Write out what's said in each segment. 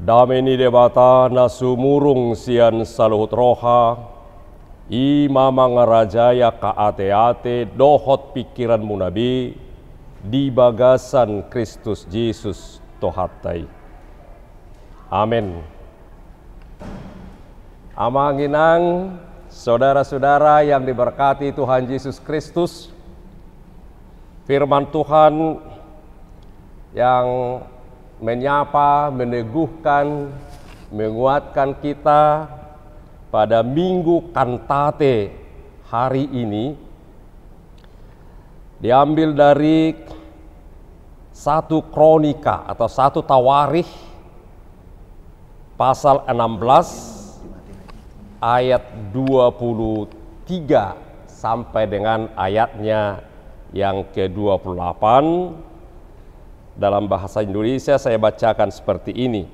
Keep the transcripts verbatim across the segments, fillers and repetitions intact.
Dameni debata nasumurung sian saluhut roha, imamang rajaya kaate-ate dohot pikiran munabi, di bagasan Kristus Yesus tohatai. Amin. Amanginang saudara-saudara yang diberkati Tuhan Yesus Kristus, firman Tuhan yang menyapa, meneguhkan, menguatkan kita pada Minggu Kantate hari ini diambil dari satu Kronika atau satu Tawarikh pasal enam belas ayat dua puluh tiga sampai dengan ayatnya yang ke dua puluh delapan. Dalam bahasa Indonesia saya bacakan seperti ini.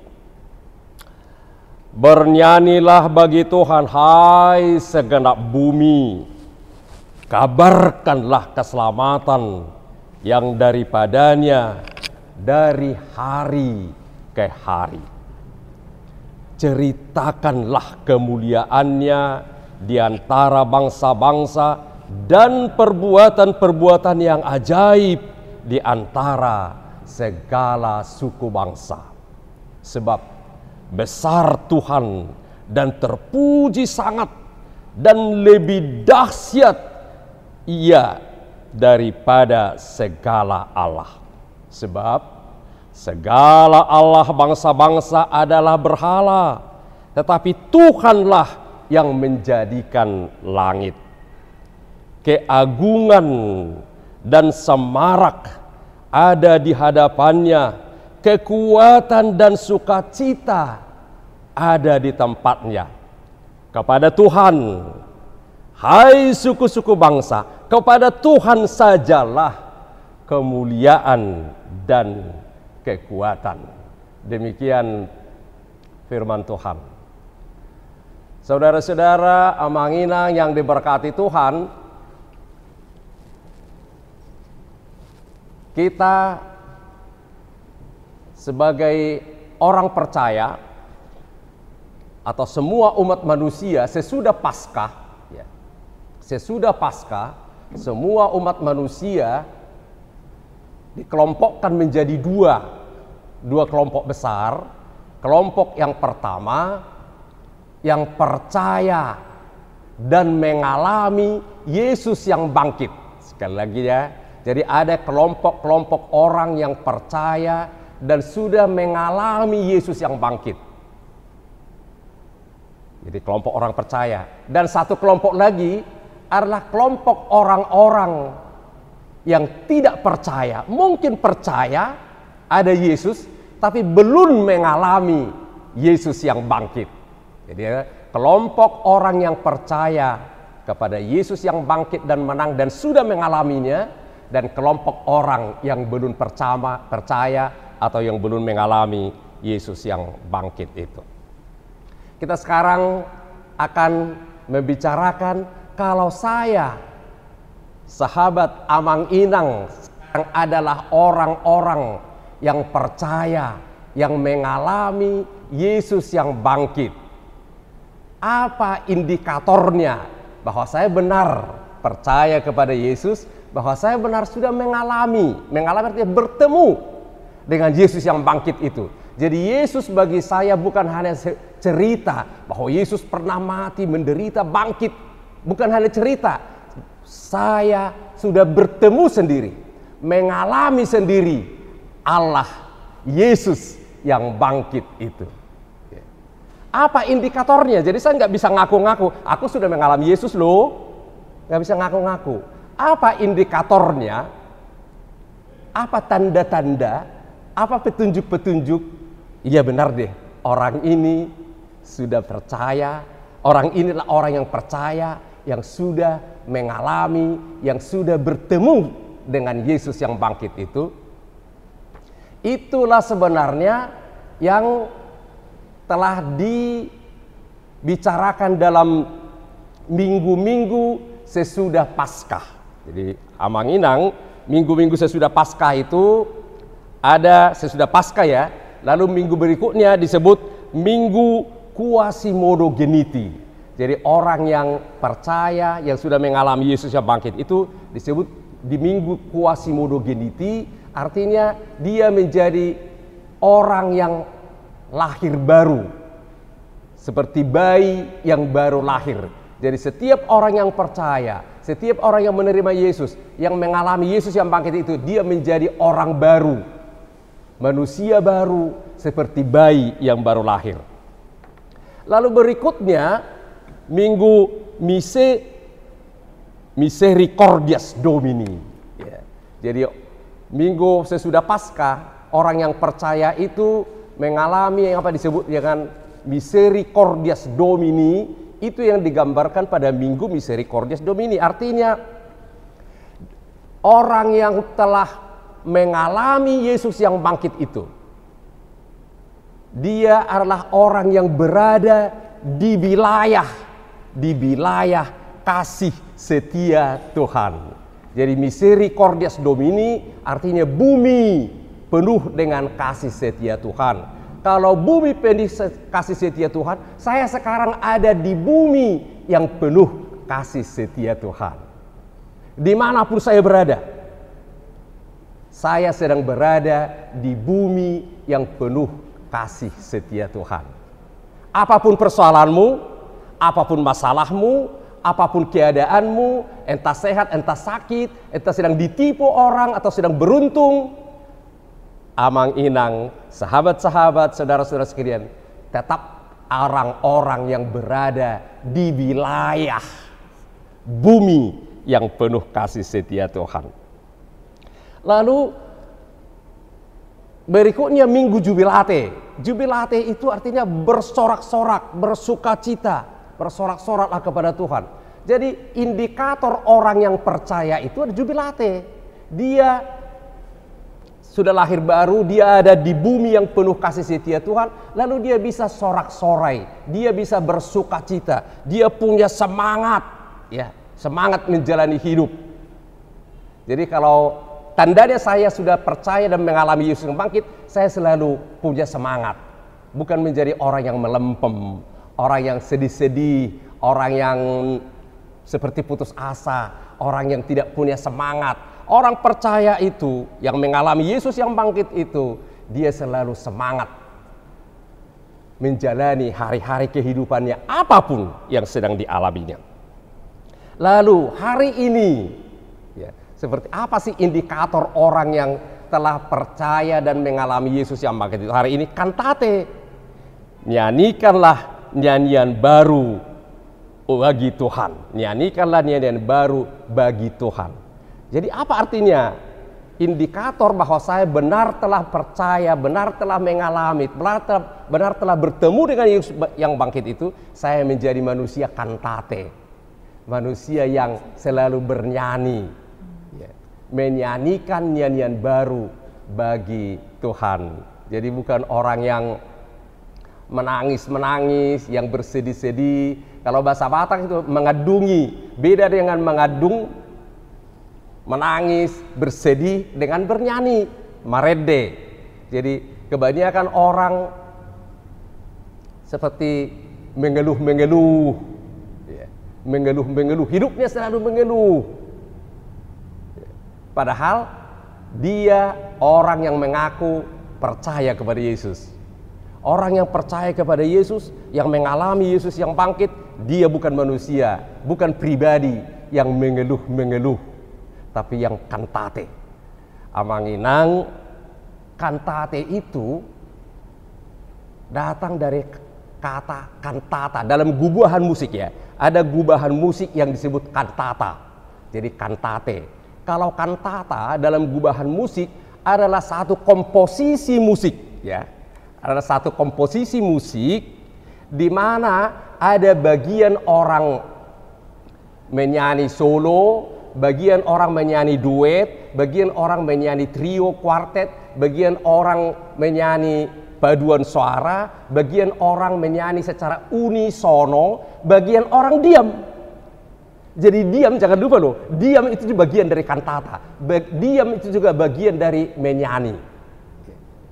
Bernyanyilah bagi Tuhan, hai segenap bumi. Kabarkanlah keselamatan yang daripadanya dari hari ke hari. Ceritakanlah kemuliaannya di antara bangsa-bangsa dan perbuatan-perbuatan yang ajaib di antara segala suku bangsa. Sebab besar Tuhan dan terpuji sangat dan lebih dahsyat Ia daripada segala Allah. Sebab segala Allah bangsa-bangsa adalah berhala, tetapi Tuhanlah yang menjadikan langit. Keagungan dan semarak ada di hadapannya, kekuatan dan sukacita ada di tempatnya. Kepada Tuhan, hai suku-suku bangsa, kepada Tuhan sajalah kemuliaan dan kekuatan. Demikian firman Tuhan. Saudara-saudara Amanginang yang diberkati Tuhan, kita sebagai orang percaya atau semua umat manusia sesudah Paskah, ya, sesudah Paskah, semua umat manusia dikelompokkan menjadi dua, dua kelompok besar. Kelompok yang pertama yang percaya dan mengalami Yesus yang bangkit. Sekali lagi ya. Jadi ada kelompok-kelompok orang yang percaya dan sudah mengalami Yesus yang bangkit. Jadi kelompok orang percaya. Dan satu kelompok lagi adalah kelompok orang-orang yang tidak percaya. Mungkin percaya ada Yesus, tapi belum mengalami Yesus yang bangkit. Jadi kelompok orang yang percaya kepada Yesus yang bangkit dan menang dan sudah mengalaminya, dan kelompok orang yang belum percaya, percaya atau yang belum mengalami Yesus yang bangkit itu. Kita sekarang akan membicarakan kalau saya, sahabat Amanginang, sekarang adalah orang-orang yang percaya, yang mengalami Yesus yang bangkit. Apa indikatornya bahwa saya benar percaya kepada Yesus, bahwa saya benar sudah mengalami, mengalami artinya bertemu dengan Yesus yang bangkit itu. Jadi Yesus bagi saya bukan hanya cerita bahwa Yesus pernah mati, menderita, bangkit. Bukan hanya cerita. Saya sudah bertemu sendiri, mengalami sendiri Allah, Yesus yang bangkit itu. Apa indikatornya? Jadi saya nggak bisa ngaku-ngaku, aku sudah mengalami Yesus loh. Nggak bisa ngaku-ngaku. Apa indikatornya? Apa tanda-tanda? Apa petunjuk-petunjuk? Iya benar deh, orang ini sudah percaya. Orang inilah orang yang percaya, yang sudah mengalami, yang sudah bertemu dengan Yesus yang bangkit itu. Itulah sebenarnya yang telah dibicarakan dalam minggu-minggu sesudah Paskah. Jadi Amanginang, minggu-minggu sesudah Paskah itu ada, sesudah Paskah ya, Lalu minggu berikutnya disebut Minggu Quasimodo-Geniti. Jadi orang yang percaya, yang sudah mengalami Yesus yang bangkit itu disebut di Minggu Quasimodo-Geniti, artinya dia menjadi orang yang lahir baru, seperti bayi yang baru lahir. Jadi setiap orang yang percaya, setiap orang yang menerima Yesus, yang mengalami Yesus yang bangkit itu, dia menjadi orang baru, manusia baru, seperti bayi yang baru lahir. Lalu berikutnya Minggu Mise Misericordias Domini. Ya. Jadi minggu sesudah Paskah, orang yang percaya itu mengalami yang apa disebut dengan Misericordias Domini. Itu yang digambarkan pada Minggu Misericordias Domini. Artinya orang yang telah mengalami Yesus yang bangkit itu, dia adalah orang yang berada di wilayah di wilayah kasih setia Tuhan. Jadi Misericordias Domini artinya bumi penuh dengan kasih setia Tuhan. Kalau bumi penuh kasih setia Tuhan, saya sekarang ada di bumi yang penuh kasih setia Tuhan. Dimanapun saya berada, saya sedang berada di bumi yang penuh kasih setia Tuhan. Apapun persoalanmu, apapun masalahmu, apapun keadaanmu, entah sehat, entah sakit, entah sedang ditipu orang atau sedang beruntung, amang inang, sahabat-sahabat, saudara-saudara sekalian, tetap orang-orang yang berada di wilayah bumi yang penuh kasih setia Tuhan. Lalu berikutnya Minggu Jubilate. Jubilate itu artinya bersorak-sorak, bersukacita, bersorak-soraklah kepada Tuhan. Jadi indikator orang yang percaya itu ada jubilate. Dia sudah lahir baru, dia ada di bumi yang penuh kasih setia Tuhan, lalu dia bisa sorak-sorai, dia bisa bersukacita, dia punya semangat, ya, semangat menjalani hidup. Jadi kalau tandanya saya sudah percaya dan mengalami Yesus yang bangkit, saya selalu punya semangat, bukan menjadi orang yang melempem, orang yang sedih-sedih, orang yang seperti putus asa, orang yang tidak punya semangat. Orang percaya itu, yang mengalami Yesus yang bangkit itu, dia selalu semangat menjalani hari-hari kehidupannya apapun yang sedang dialaminya. Lalu hari ini, ya, seperti apa sih indikator orang yang telah percaya dan mengalami Yesus yang bangkit itu? Hari ini kantate, nyanyikanlah nyanyian baru bagi Tuhan, nyanyikanlah nyanyian baru bagi Tuhan. Jadi apa artinya? Indikator bahwa saya benar telah percaya, benar telah mengalami, benar telah, benar telah bertemu dengan Yesus yang bangkit itu, saya menjadi manusia kantate, manusia yang selalu bernyanyi, ya, menyanyikan nyanyian baru bagi Tuhan. Jadi bukan orang yang menangis-menangis, yang bersedih-sedih. Kalau bahasa Batak itu mengadungi, beda dengan mengadung, menangis, bersedih dengan bernyanyi, marede. Jadi kebanyakan orang seperti mengeluh-mengeluh, ya, mengeluh-mengeluh, hidupnya selalu mengeluh. Padahal dia orang yang mengaku percaya kepada Yesus. Orang yang percaya kepada Yesus, yang mengalami Yesus yang bangkit, dia bukan manusia, bukan pribadi yang mengeluh-mengeluh, tapi yang kantate. Amanginang, kantate itu datang dari kata kantata. Dalam gubahan musik, ya, ada gubahan musik yang disebut kantata. Jadi kantate. Kalau kantata dalam gubahan musik adalah satu komposisi musik, ya. Adalah satu komposisi musik di mana ada bagian orang menyanyi solo, bagian orang menyanyi duet, bagian orang menyanyi trio, kuartet, bagian orang menyanyi paduan suara, bagian orang menyanyi secara unisono, bagian orang diam. Jadi diam, jangan lupa loh, diam itu juga bagian dari kantata, diam itu juga bagian dari menyanyi.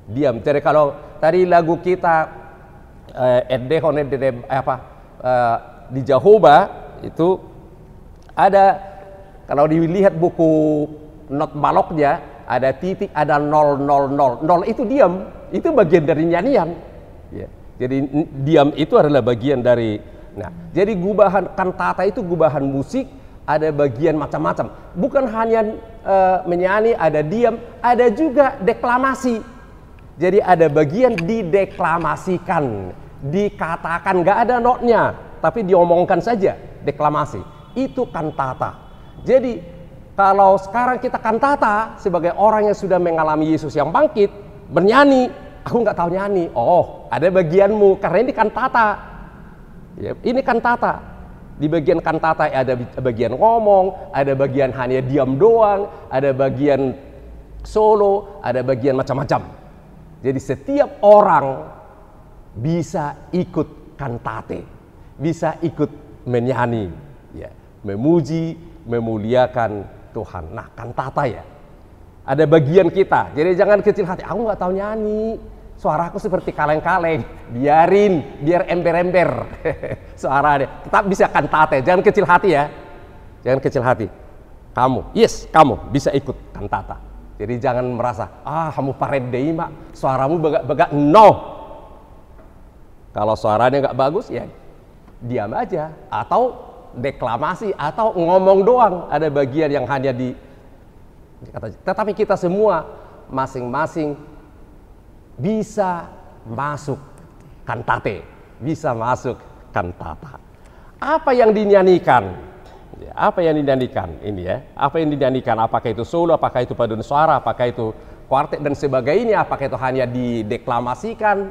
Diam. Jadi kalau tadi lagu kita eh, Edehon eh, apa eh, di Jehovah itu ada, kalau dilihat buku not baloknya ada titik, ada nol nol nol nol itu diam, itu bagian dari nyanyian. Ya. Jadi diam itu adalah bagian dari. Nah, jadi gubahan kantata itu gubahan musik, ada bagian macam-macam. Bukan hanya uh, menyanyi, ada diam, ada juga deklamasi. Jadi ada bagian dideklamasikan, dikatakan, nggak ada notnya, tapi diomongkan saja, deklamasi. Itu kantata. Jadi kalau sekarang kita kantata sebagai orang yang sudah mengalami Yesus yang bangkit, bernyanyi, aku nggak tahu nyanyi. Oh, ada bagianmu karena ini kantata. Ya, ini kantata. Di bagian kantata ada bagian ngomong, ada bagian hanya diam doang, ada bagian solo, ada bagian macam-macam. Jadi setiap orang bisa ikut kantate, bisa ikut menyanyi, ya, memuji, memuliakan Tuhan. Nah, kantata ya, ada bagian kita. Jadi jangan kecil hati. Aku nggak tahu nyanyi, suaraku seperti kaleng-kaleng. Biarin, biar ember-ember suaranya. Tetap bisa kantate. Jangan kecil hati ya. Jangan kecil hati. Kamu, yes, kamu bisa ikut kantata. Jadi jangan merasa, ah kamu paredei mak, suaramu begak-begak. No. Kalau suaranya nggak bagus ya diam aja, atau deklamasi, atau ngomong doang. Ada bagian yang hanya di, tetapi kita semua masing-masing bisa masuk kantate, bisa masuk kantata. Apa yang dinyanyikan? Apa yang dinyanyikan ini ya? Apa yang dinyanyikan? Apakah itu solo? Apakah itu paduan suara? Apakah itu kuartet dan sebagainya? Apakah itu hanya dideklamasikan?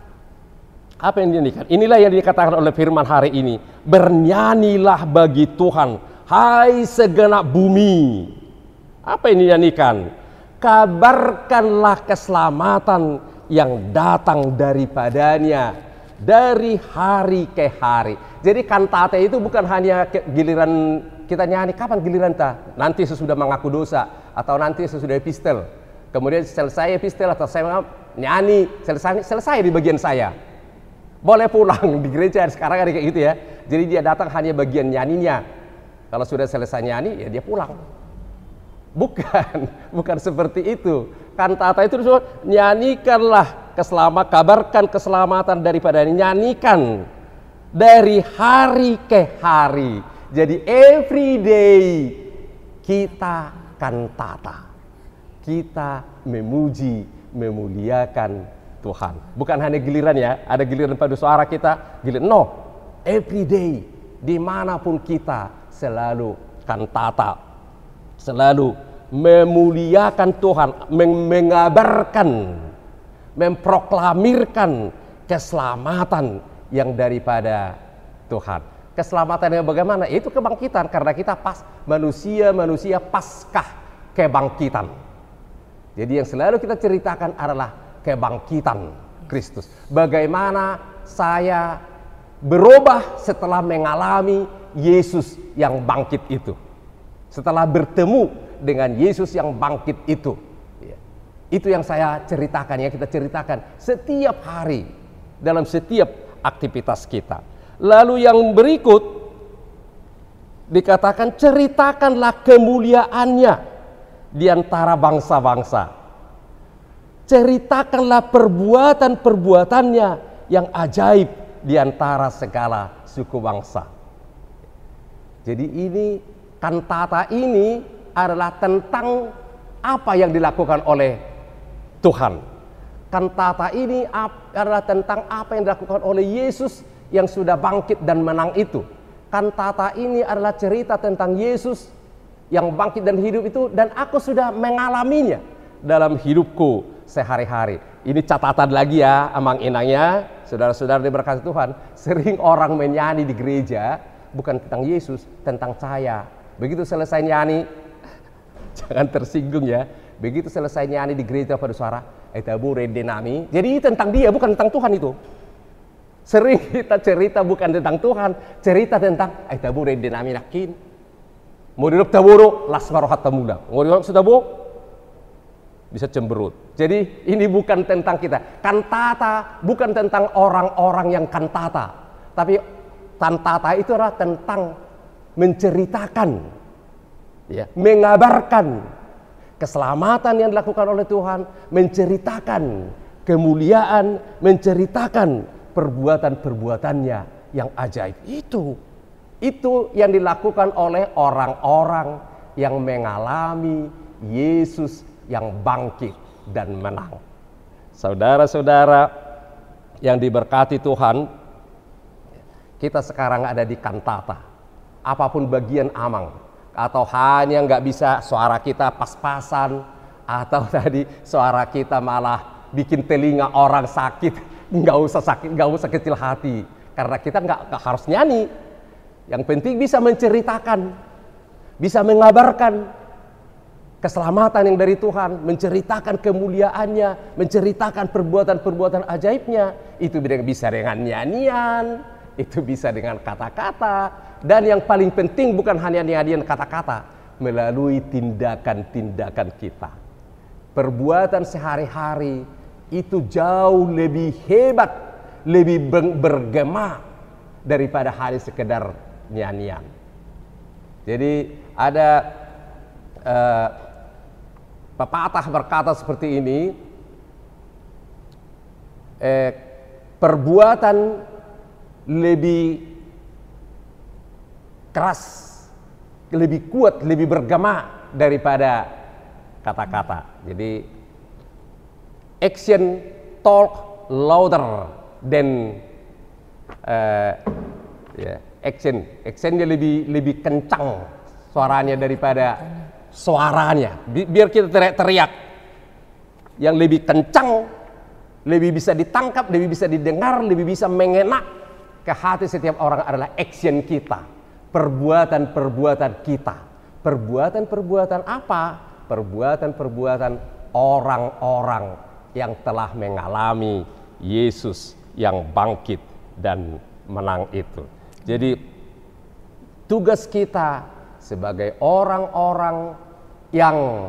Apa yang dinyanyikan? Inilah yang dikatakan oleh firman hari ini. Bernyanyilah bagi Tuhan, hai segenap bumi. Apa yang dinyanyikan? Kabarkanlah keselamatan yang datang daripadanya dari hari ke hari. Jadi kantate itu bukan hanya giliran kita nyanyi, kapan giliran ta? Nanti sesudah mengaku dosa, atau nanti sesudah epistel. Kemudian selesai epistel atau saya nyanyi, selesai selesai di bagian saya. Boleh pulang di gereja sekarang ada kayak gitu ya. Jadi dia datang hanya bagian nyanyinya. Kalau sudah selesai nyanyi ya dia pulang. Bukan, bukan seperti itu. Kantata itu disebut nyanyikanlah keselamatan, kabarkan keselamatan daripada nyanyikan dari hari ke hari. Jadi every day kita kantata, kita memuji, memuliakan Tuhan. Bukan hanya giliran ya, ada giliran padu suara kita, giliran no, every day, dimanapun kita selalu kantata, selalu memuliakan Tuhan, mengabarkan, memproklamirkan keselamatan yang daripada Tuhan. Keselamatan yang bagaimana? Itu kebangkitan, karena kita pas manusia-manusia paskah kebangkitan. Jadi yang selalu kita ceritakan adalah kebangkitan Kristus. Bagaimana saya berubah setelah mengalami Yesus yang bangkit itu. Setelah bertemu dengan Yesus yang bangkit itu. Itu yang saya ceritakan, yang kita ceritakan setiap hari dalam setiap aktivitas kita. Lalu yang berikut dikatakan ceritakanlah kemuliaannya di antara bangsa-bangsa. Ceritakanlah perbuatan-perbuatannya yang ajaib di antara segala suku bangsa. Jadi ini kantata ini adalah tentang apa yang dilakukan oleh Tuhan. Kantata ini adalah tentang apa yang dilakukan oleh Yesus yang sudah bangkit dan menang itu. Kantata ini adalah cerita tentang Yesus yang bangkit dan hidup itu, dan aku sudah mengalaminya dalam hidupku sehari-hari. Ini catatan lagi ya, amang inangnya, saudara-saudara diberkati Tuhan. Sering orang menyanyi di gereja bukan tentang Yesus, tentang saya. Begitu selesai nyanyi, jangan tersinggung ya. Begitu selesai nyanyi di gereja pada suara, etabure denami. Jadi tentang dia, bukan tentang Tuhan itu. Sering kita cerita bukan tentang Tuhan, cerita tentang etabure denami nakin. Mau duduk taburu, las marohat tamuda. Mau duduk sudah bu? bisa cemberut. Jadi ini bukan tentang kita. Kantata bukan tentang orang-orang yang kantata, tapi kantata itu adalah tentang menceritakan, ya, mengabarkan keselamatan yang dilakukan oleh Tuhan, menceritakan kemuliaan, menceritakan perbuatan-perbuatannya yang ajaib. Itu, itu yang dilakukan oleh orang-orang yang mengalami Yesus yang bangkit dan menang. Saudara-saudara yang diberkati Tuhan, kita sekarang ada di kantata. Apapun bagian Amang, atau hanya nggak bisa suara kita pas-pasan, atau tadi suara kita malah bikin telinga orang sakit, nggak usah sakit, nggak usah kecil hati, karena kita nggak harus nyanyi. Yang penting bisa menceritakan, bisa mengabarkan keselamatan yang dari Tuhan, menceritakan kemuliaannya, menceritakan perbuatan-perbuatan ajaibnya. Itu bisa dengan nyanyian, itu bisa dengan kata-kata, dan yang paling penting bukan hanya nyanyian kata-kata, melalui tindakan-tindakan kita. Perbuatan sehari-hari itu jauh lebih hebat, lebih bergema daripada hanya sekedar nyanyian. Jadi ada uh, pepatah berkata seperti ini, eh, perbuatan lebih keras, lebih kuat, lebih bergema daripada kata-kata. Jadi action talk louder than uh, yeah, action, actionnya lebih lebih kencang suaranya daripada suaranya. Biar kita teriak-teriak yang lebih kencang, lebih bisa ditangkap, lebih bisa didengar, lebih bisa mengenak ke hati setiap orang adalah action kita, perbuatan-perbuatan kita. Perbuatan-perbuatan apa? Perbuatan-perbuatan orang-orang yang telah mengalami Yesus yang bangkit dan menang itu. Jadi tugas kita sebagai orang-orang yang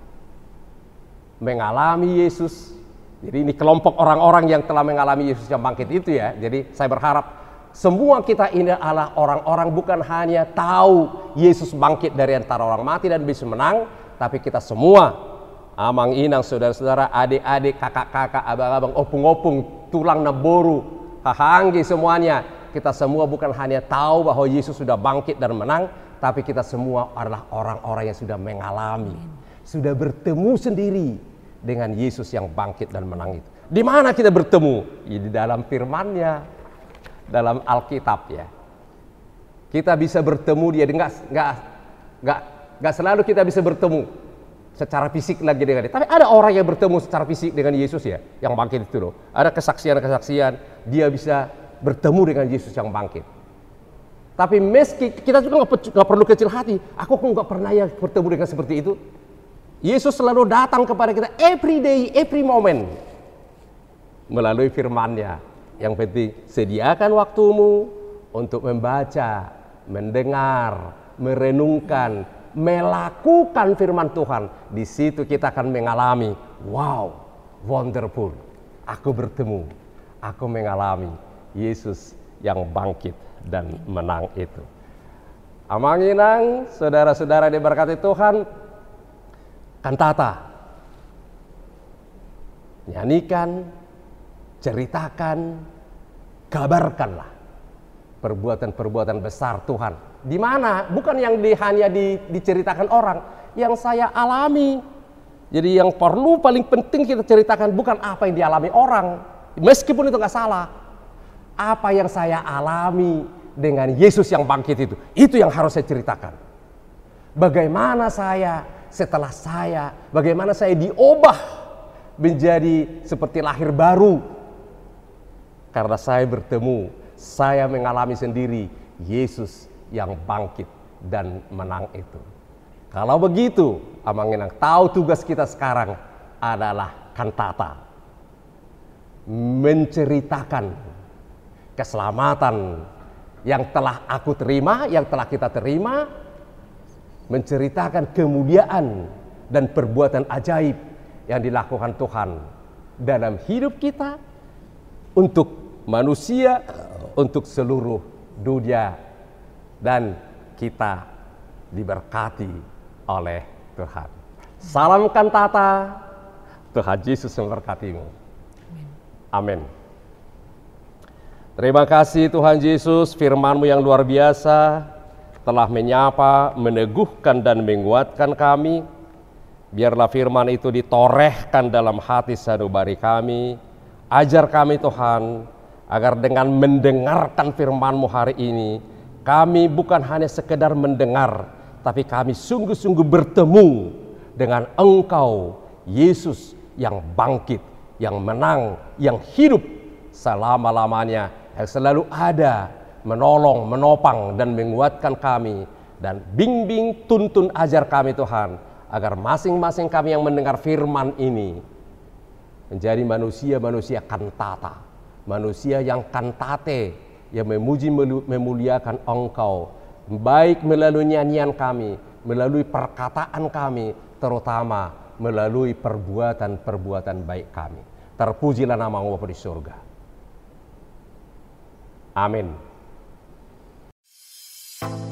mengalami Yesus, jadi ini kelompok orang-orang yang telah mengalami Yesus yang bangkit itu ya. Jadi saya berharap semua kita ini adalah orang-orang bukan hanya tahu Yesus bangkit dari antara orang mati dan bisa menang, tapi kita semua, amang inang, saudara-saudara, adik-adik, kakak-kakak, abang-abang, opung-opung, tulang naboru, hahanggi semuanya, kita semua bukan hanya tahu bahwa Yesus sudah bangkit dan menang, tapi kita semua adalah orang-orang yang sudah mengalami, sudah bertemu sendiri dengan Yesus yang bangkit dan menang itu. Di mana kita bertemu? Ya, di dalam firman-Nya, dalam Alkitab ya. Kita bisa bertemu dia, enggak enggak enggak enggak selalu kita bisa bertemu secara fisik lagi dengan dia. Tapi ada orang yang bertemu secara fisik dengan Yesus ya, yang bangkit itu loh. Ada kesaksian-kesaksian dia bisa bertemu dengan Yesus yang bangkit. Tapi meski kita juga nggak perlu kecil hati, aku kok nggak pernah ya bertemu dengan seperti itu. Yesus selalu datang kepada kita every day, every moment melalui firman-Nya. Yang penting sediakan waktumu untuk membaca, mendengar, merenungkan, melakukan firman Tuhan. Di situ kita akan mengalami, wow, wonderful. Aku bertemu, aku mengalami Yesus yang bangkit dan menang itu. Amanginang, saudara-saudara diberkati Tuhan, kantata, nyanyikan, ceritakan, kabarkanlah perbuatan-perbuatan besar Tuhan. Di mana? Bukan yang di, hanya di, diceritakan orang, yang saya alami. Jadi yang perlu paling penting kita ceritakan bukan apa yang dialami orang, meskipun itu nggak salah. Apa yang saya alami dengan Yesus yang bangkit itu, itu yang harus saya ceritakan. Bagaimana saya setelah saya, bagaimana saya diubah menjadi seperti lahir baru. Karena saya bertemu, saya mengalami sendiri Yesus yang bangkit dan menang itu. Kalau begitu, Amanginang tahu tugas kita sekarang adalah kantata. Menceritakan keselamatan yang telah aku terima, yang telah kita terima, menceritakan kemuliaan dan perbuatan ajaib yang dilakukan Tuhan dalam hidup kita, untuk manusia, untuk seluruh dunia, dan kita diberkati oleh Tuhan. Salam kantata, Tuhan Yesus memberkatimu. Amin. Terima kasih Tuhan Yesus, firman-Mu yang luar biasa telah menyapa, meneguhkan dan menguatkan kami. Biarlah firman itu ditorehkan dalam hati sanubari kami. Ajar kami Tuhan, agar dengan mendengarkan firman-Mu hari ini, kami bukan hanya sekedar mendengar, tapi kami sungguh-sungguh bertemu dengan Engkau, Yesus yang bangkit, yang menang, yang hidup selama-lamanya, yang selalu ada menolong, menopang, dan menguatkan kami. Dan bimbing, tuntun, ajar kami Tuhan, agar masing-masing kami yang mendengar firman ini menjadi manusia-manusia kantata, manusia yang kantate, yang memuji memuliakan Engkau, baik melalui nyanyian kami, melalui perkataan kami, terutama melalui perbuatan-perbuatan baik kami. Terpujilah nama-Mu Bapa di surga. Amin.